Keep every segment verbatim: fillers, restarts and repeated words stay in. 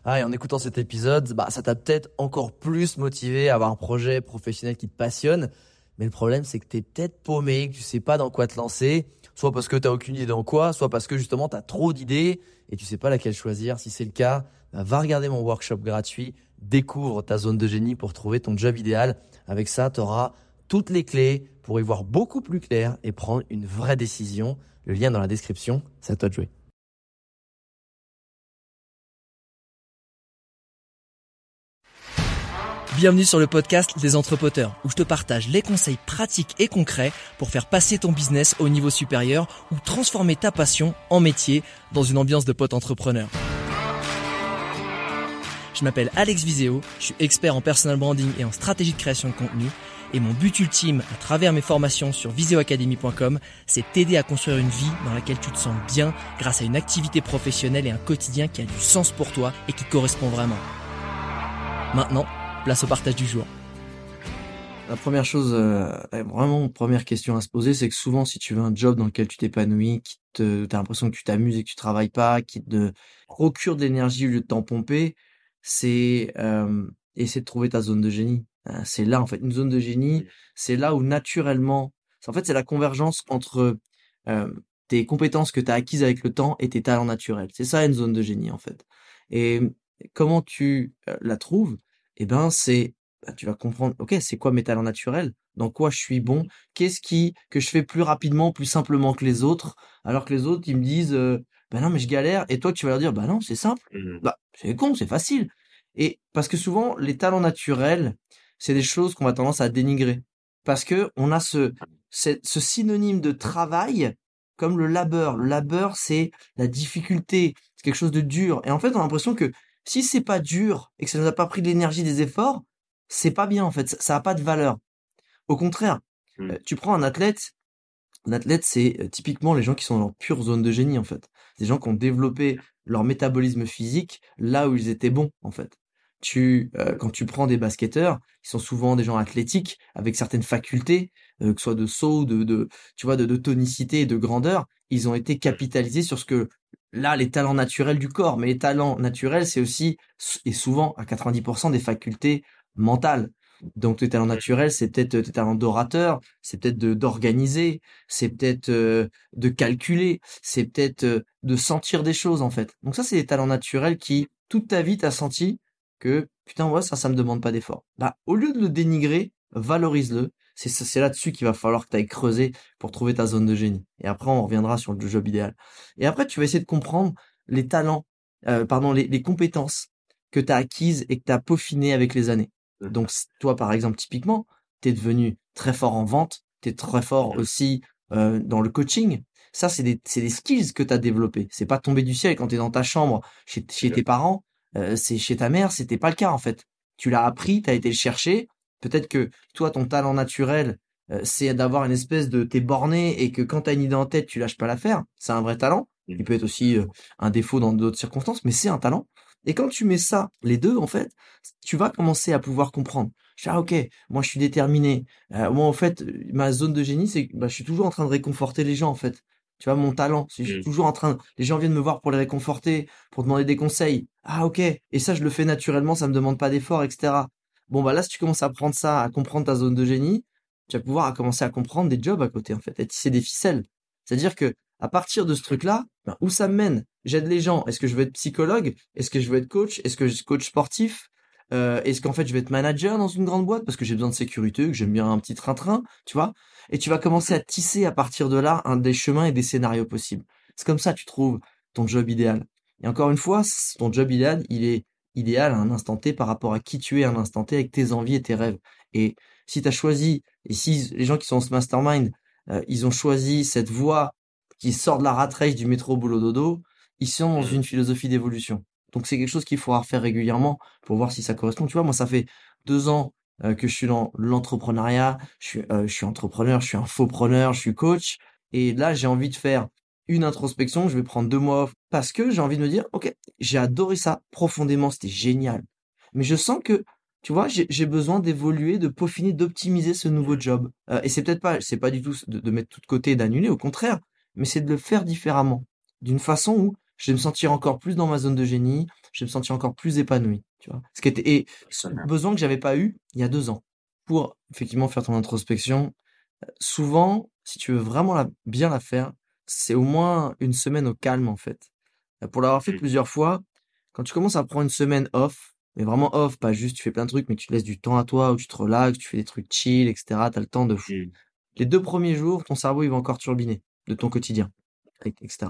Ah, et en écoutant cet épisode, bah, ça t'a peut-être encore plus motivé à avoir un projet professionnel qui te passionne. Mais le problème, c'est que t'es peut-être paumé, que tu sais pas dans quoi te lancer. Soit parce que t'as aucune idée dans quoi, soit parce que justement t'as trop d'idées et tu sais pas laquelle choisir. Si c'est le cas, bah, va regarder mon workshop gratuit. Découvre ta zone de génie pour trouver ton job idéal. Avec ça, tu auras toutes les clés pour y voir beaucoup plus clair et prendre une vraie décision. Le lien dans la description, c'est à toi de jouer. Bienvenue sur le podcast des Entrepoteurs, où je te partage les conseils pratiques et concrets pour faire passer ton business au niveau supérieur ou transformer ta passion en métier dans une ambiance de pote entrepreneur. Je m'appelle Alex Viseo, je suis expert en personal branding et en stratégie de création de contenu. Et mon but ultime à travers mes formations sur viseo academy point com, c'est t'aider à construire une vie dans laquelle tu te sens bien grâce à une activité professionnelle et un quotidien qui a du sens pour toi et qui te correspond vraiment. Maintenant, place au partage du jour. La première chose, euh, vraiment première question à se poser, c'est que souvent si tu veux un job dans lequel tu t'épanouis, qui te, t'as l'impression que tu t'amuses et que tu travailles pas, qui te procure de l'énergie au lieu de t'en pomper, c'est euh, essayer de trouver ta zone de génie. Euh, c'est là en fait une zone de génie, c'est là où naturellement, c'est- en fait c'est la convergence entre euh, tes compétences que tu as acquises avec le temps et tes talents naturels. C'est ça une zone de génie en fait. Et comment tu euh, la trouves? Eh ben c'est bah, tu vas comprendre, ok, c'est quoi mes talents naturels? Dans quoi je suis bon? Qu'est-ce qui que je fais plus rapidement, plus simplement que les autres? Alors que les autres, ils me disent, euh, bah non, mais je galère. Et toi, tu vas leur dire, bah non, c'est simple. Mmh. Bah, c'est con, c'est facile. Et parce que souvent, les talents naturels, c'est des choses qu'on a tendance à dénigrer. Parce que on a ce, ce, ce synonyme de travail comme le labeur. Le labeur, c'est la difficulté, c'est quelque chose de dur. Et en fait, on a l'impression que si c'est pas dur et que ça nous a pas pris de l'énergie, des efforts, c'est pas bien en fait, ça, ça a pas de valeur. Au contraire, Mmh. euh, tu prends un athlète, un athlète c'est euh, typiquement les gens qui sont dans leur pure zone de génie en fait. Des gens qui ont développé leur métabolisme physique là où ils étaient bons en fait. Tu, euh, quand tu prends des basketteurs, ils sont souvent des gens athlétiques avec certaines facultés, euh, que ce soit de saut, de, de, tu vois, de, de tonicité et de grandeur. Ils ont été capitalisés sur ce que là les talents naturels du corps, mais les talents naturels c'est aussi et souvent à quatre-vingt-dix pour cent des facultés mentales. Donc tes talents naturels, c'est peut-être tes talents d'orateur, c'est peut-être de d'organiser, c'est peut-être euh, de calculer, c'est peut-être euh, de sentir des choses en fait. Donc ça, c'est des talents naturels qui, toute ta vie, t'as senti que putain ouais, ça, ça me demande pas d'effort. Bah au lieu de le dénigrer, valorise-le. C'est c'est là-dessus qu'il va falloir que tu ailles creuser pour trouver ta zone de génie. Et après, on reviendra sur le job idéal. Et après, tu vas essayer de comprendre les talents, euh, pardon, les, les compétences que tu as acquises et que tu as peaufinées avec les années. Mmh. Donc s- toi, par exemple, typiquement, tu es devenu très fort en vente, tu es très fort Mmh. aussi euh, dans le coaching. Ça, c'est des, c'est des skills que tu as développés. C'est pas tombé du ciel quand tu es dans ta chambre chez, chez tes parents, euh, c'est chez ta mère, c'était pas le cas en fait. Tu l'as appris, tu as été le chercher. Peut-être que toi, ton talent naturel, euh, c'est d'avoir une espèce de t'es borné et que quand tu as une idée en tête, tu lâches pas l'affaire. C'est un vrai talent. Mmh. Il peut être aussi euh, un défaut dans d'autres circonstances, mais c'est un talent. Et quand tu mets ça, les deux, en fait, tu vas commencer à pouvoir comprendre. Je dis, ah, ok, moi je suis déterminé. Euh, moi, en fait, euh, ma zone de génie, c'est que bah, je suis toujours en train de réconforter les gens, en fait. Tu vois, mon talent, c'est que je suis Mmh. toujours en train. Les gens viennent me voir pour les réconforter, pour demander des conseils. Ah, ok. Et ça, je le fais naturellement, ça me demande pas d'effort, et cetera. Bon, bah là, si tu commences à prendre ça, à comprendre ta zone de génie, tu vas pouvoir à commencer à comprendre des jobs à côté, en fait, à tisser des ficelles. C'est-à-dire que, à partir de ce truc-là, ben, où ça me mène? J'aide les gens. Est-ce que je veux être psychologue? Est-ce que je veux être coach? Est-ce que je suis coach sportif? Euh, est-ce qu'en fait je vais être manager dans une grande boîte parce que j'ai besoin de sécurité, que j'aime bien un petit train-train, tu vois? Et tu vas commencer à tisser à partir de là un des chemins et des scénarios possibles. C'est comme ça que tu trouves ton job idéal. Et encore une fois, c- ton job idéal, il est idéal à un instant T par rapport à qui tu es à un instant T avec tes envies et tes rêves. Et si tu as choisi, et si les gens qui sont dans ce mastermind, euh, ils ont choisi cette voie qui sort de la rat race du métro boulot dodo, ils sont dans Mmh. une philosophie d'évolution. Donc c'est quelque chose qu'il faudra refaire régulièrement pour voir si ça correspond. Tu vois, moi ça fait deux ans euh, que je suis dans l'entrepreneuriat, je suis, euh, je suis entrepreneur, je suis un faux preneur, je suis coach, et là j'ai envie de faire une introspection. Je vais prendre deux mois off parce que j'ai envie de me dire, ok, j'ai adoré ça profondément, c'était génial. Mais je sens que, tu vois, j'ai j'ai besoin d'évoluer, de peaufiner, d'optimiser ce nouveau job. Euh, et c'est peut-être pas, c'est pas du tout de, de mettre tout de côté et d'annuler, au contraire, mais c'est de le faire différemment, d'une façon où je vais me sentir encore plus dans ma zone de génie, je vais me sentir encore plus épanoui, tu vois. Ce qui était, et ce besoin que j'avais pas eu il y a deux ans pour effectivement faire ton introspection. Souvent, si tu veux vraiment la, bien la faire, c'est au moins une semaine au calme en fait. Euh, Pour l'avoir fait Mm. plusieurs fois, quand tu commences à prendre une semaine off, mais vraiment off, pas juste tu fais plein de trucs, mais que tu te laisses du temps à toi, où tu te relaxes, tu fais des trucs chill, et cetera. T'as le temps de fou. Mm. Les deux premiers jours, ton cerveau il va encore turbiner de ton quotidien, et- etc.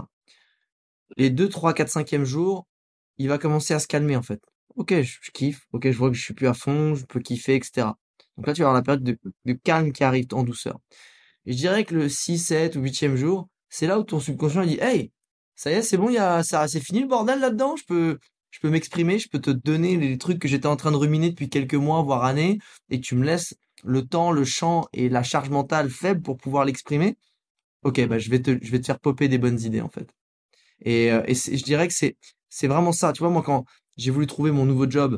Les deux, trois, quatre, cinquième jours, il va commencer à se calmer en fait. Ok, je, je kiffe, ok, je vois que je suis plus à fond, je peux kiffer, et cetera. Donc là, tu vas avoir la période de, de calme qui arrive en douceur. Et je dirais que le six, sept ou huitième jour, c'est là où ton subconscient il dit, hey, ça y est, c'est bon, il y a, ça, c'est fini le bordel là-dedans, je peux, je peux m'exprimer, je peux te donner les trucs que j'étais en train de ruminer depuis quelques mois, voire années, et tu me laisses le temps, le champ et la charge mentale faible pour pouvoir l'exprimer. Ok, bah, je vais te, je vais te faire popper des bonnes idées, en fait. Et, euh, et c'est- je dirais que c'est, c'est vraiment ça. Tu vois, moi, quand j'ai voulu trouver mon nouveau job,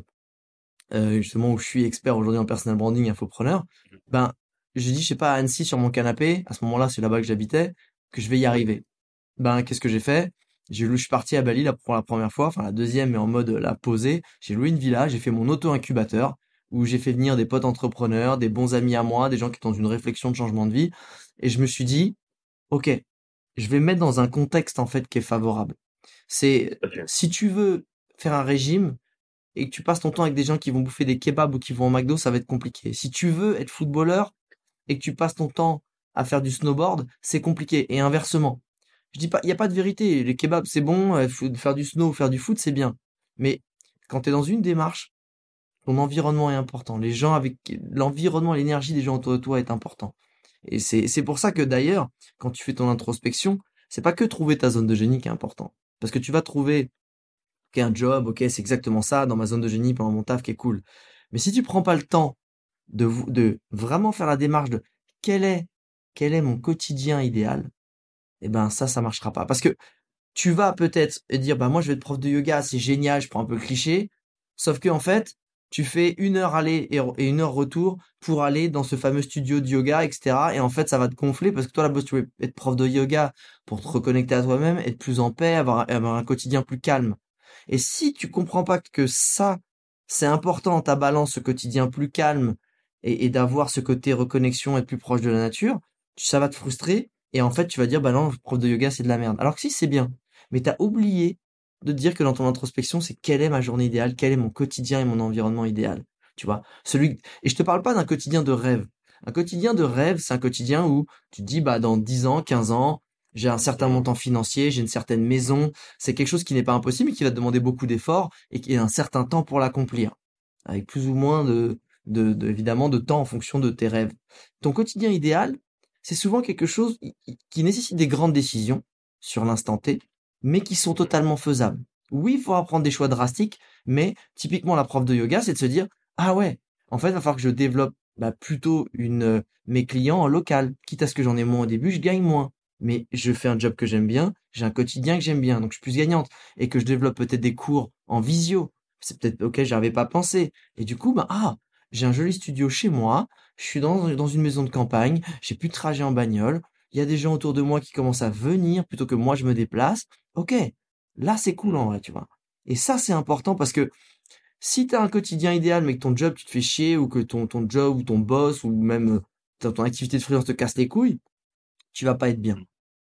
euh, justement où je suis expert aujourd'hui en personal branding, infopreneur, ben j'ai dit je sais pas à Annecy sur mon canapé, à ce moment-là c'est là-bas que j'habitais, que je vais y Oui. arriver. Ben qu'est-ce que j'ai fait? J'ai loué, je suis parti à Bali là pour la première fois, enfin la deuxième mais en mode euh, la posée. J'ai loué une villa, j'ai fait mon auto-incubateur où j'ai fait venir des potes entrepreneurs, des bons amis à moi, des gens qui sont dans une réflexion de changement de vie, et je me suis dit ok, je vais me mettre dans un contexte en fait qui est favorable. C'est Ok. si tu veux faire un régime et que tu passes ton temps avec des gens qui vont bouffer des kebabs ou qui vont au McDo, ça va être compliqué. Si tu veux être footballeur et que tu passes ton temps à faire du snowboard, c'est compliqué. Et inversement. Je dis pas, il n'y a pas de vérité. Les kebabs, c'est bon, euh, faut- faire du snow ou faire du foot, c'est bien. Mais quand tu es dans une démarche, ton environnement est important. Les gens avec l'environnement, l'énergie des gens autour de toi est important. Et c'est, c'est pour ça que d'ailleurs, quand tu fais ton introspection, c'est pas que trouver ta zone de génie qui est important. Parce que tu vas trouver OK, un job, OK, c'est exactement ça, dans ma zone de génie, pendant mon taf, qui est cool. Mais si tu prends pas le temps de, vou- de vraiment faire la démarche de quel est, quel est mon quotidien idéal, eh ben ça, ça marchera pas. Parce que tu vas peut-être dire, bah moi je vais être prof de yoga, c'est génial, je prends un peu le cliché. Sauf que en fait, tu fais une heure aller et, et une heure retour pour aller dans ce fameux studio de yoga, et cetera. Et en fait, ça va te gonfler parce que toi, là-bas, tu veux être prof de yoga pour te reconnecter à toi-même, être plus en paix, avoir, avoir un quotidien plus calme. Et si tu comprends pas que ça, c'est important dans ta balance, ce quotidien plus calme et, et d'avoir ce côté reconnexion, être plus proche de la nature, tu- ça va te frustrer. Et en fait, tu vas dire, bah non, prof de yoga, c'est de la merde. Alors que si, c'est bien. Mais t'as oublié de te dire que dans ton introspection, c'est quelle est ma journée idéale, quel est mon quotidien et mon environnement idéal. Tu vois, celui, et je te parle pas d'un quotidien de rêve. Un quotidien de rêve, c'est un quotidien où tu te dis, bah, dans dix ans, quinze ans, j'ai un certain Mm. montant financier, j'ai une certaine maison. C'est quelque chose qui n'est pas impossible, mais qui va te demander beaucoup d'efforts et qui a un certain temps pour l'accomplir. Avec plus ou moins de, de, de- évidemment, de temps en fonction de tes rêves. Ton quotidien idéal, c'est souvent quelque chose qui qui nécessite des grandes décisions sur l'instant T, mais qui sont totalement faisables. Oui, il faudra prendre des choix drastiques, mais typiquement la prof de yoga, c'est de se dire, ah ouais, en fait, il va falloir que je développe bah, plutôt une, euh, mes clients en local. Quitte à ce que j'en ai moins au début, je gagne moins. Mais je fais un job que j'aime bien, j'ai un quotidien que j'aime bien, donc je suis plus gagnante. Et que je développe peut-être des cours en visio. C'est peut-être, ok, j'avais pas pensé. Et du coup, bah, ah, j'ai un joli studio chez moi, je suis dans, dans une maison de campagne, j'ai plus de trajet en bagnole, il y a des gens autour de moi qui commencent à venir plutôt que moi je me déplace. Ok, là c'est cool en Mm. vrai, tu vois. Et ça c'est important parce que si t'as un quotidien idéal mais que ton job tu te fais chier ou que ton, ton job ou ton boss ou même euh, ton ton activité de freelance te casse les couilles, tu vas pas être bien. Mm.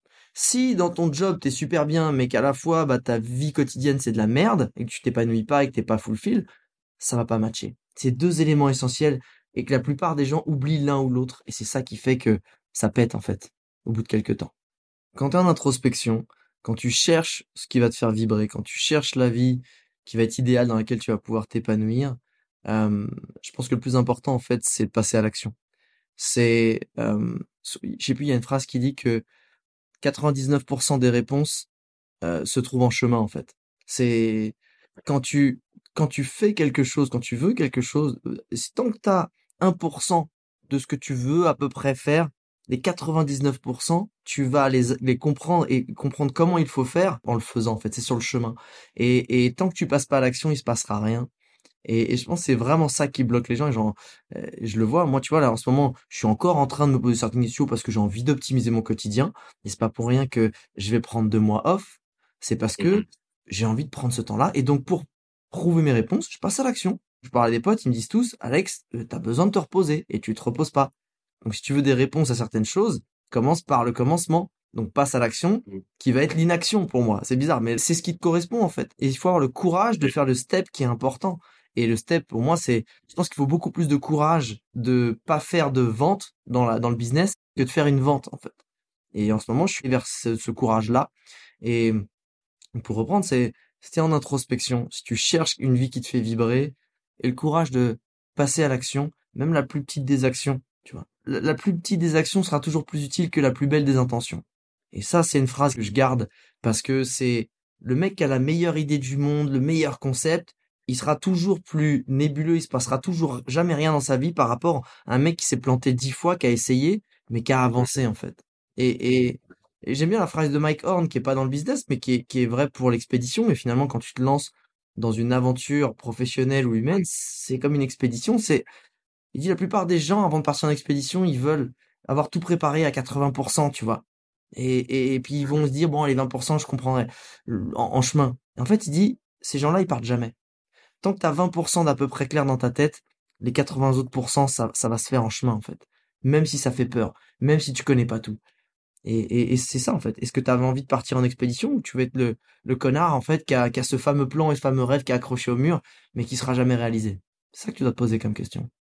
Si dans ton job t'es super bien mais qu'à la fois bah, ta vie quotidienne c'est de la merde et que tu t'épanouis pas et que t'es pas fulfill, ça va pas matcher. C'est deux éléments essentiels et que la plupart des gens oublient l'un ou l'autre et c'est ça qui fait que ça pète en fait au bout de quelques temps. Quand tu es en introspection, quand tu cherches ce qui va te faire vibrer, quand tu cherches la vie qui va être idéale dans laquelle tu vas pouvoir t'épanouir, euh, je pense que le plus important en fait, c'est de passer à l'action. C'est, euh, je sais plus, il y a une phrase qui dit que quatre-vingt-dix-neuf pour cent des réponses euh, se trouvent en chemin en fait. C'est quand tu quand tu fais quelque chose, quand tu veux quelque chose, euh, si- tant que tu as un pour cent de ce que tu veux à peu près faire, les quatre-vingt-dix-neuf pour cent, tu vas les, les comprendre et comprendre comment il faut faire en le faisant en fait, c'est sur le chemin. Et, et tant que tu passes pas à l'action, il se passera rien. Et, et je pense que c'est vraiment ça qui bloque les gens. Et genre, euh, je le vois, moi, tu vois, là, en ce moment, je suis encore en train de me poser certaines questions parce que j'ai envie d'optimiser mon quotidien. Et c'est pas pour rien que je vais prendre deux mois off. C'est parce que Mhm. j'ai envie de prendre ce temps-là. Et donc, pour prouver mes réponses, je passe à l'action. Je parle à des potes, ils me disent tous, Alex, euh, t'as besoin de te reposer et tu te reposes pas. Donc, si tu veux des réponses à certaines choses, commence par le commencement. Donc, passe à l'action, Mhm. qui va être l'inaction pour moi. C'est bizarre, mais c'est ce qui te correspond, en fait. Et il faut avoir le courage de faire le step qui est important. Et le step, pour moi, c'est, je pense qu'il faut beaucoup plus de courage de pas faire de vente dans la, dans le business que de faire une vente, en fait. Et en ce moment, je suis vers ce, ce courage-là. Et pour reprendre, c'est, c'était en introspection. Si tu cherches une vie qui te fait vibrer et le courage de passer à l'action, même la plus petite des actions, tu vois. La, la plus petite des actions sera toujours plus utile que la plus belle des intentions. Et ça, c'est une phrase que je garde parce que c'est le mec qui a la meilleure idée du monde, le meilleur concept, il sera toujours plus nébuleux, il se passera toujours jamais rien dans sa vie par rapport à un mec qui s'est planté dix fois, qui a essayé, mais qui a avancé, en fait. Et, et, et j'aime bien la phrase de Mike Horn qui est pas dans le business, mais qui est, qui est vraie pour l'expédition. Et finalement, quand tu te lances dans une aventure professionnelle ou humaine, c'est comme une expédition. C'est, il dit la plupart des gens, avant de partir en expédition, ils veulent avoir tout préparé à quatre-vingts pour cent, tu vois. Et, et, et puis ils vont se dire, bon, les vingt pour cent, je comprendrai en, en chemin. Et en fait, il dit, ces gens-là, ils partent jamais. Tant que tu as vingt pour cent d'à peu près clair dans ta tête, les quatre-vingts autres pourcents, ça, ça va se faire en chemin, en fait. Même si ça fait peur, même si tu connais pas tout. Et, et, et c'est ça en fait. Est-ce que tu avais envie de partir en expédition ou tu veux être le, le connard en fait qui a, qui a ce fameux plan et ce fameux rêve qui est accroché au mur mais qui sera jamais réalisé? C'est ça que tu dois te poser comme question.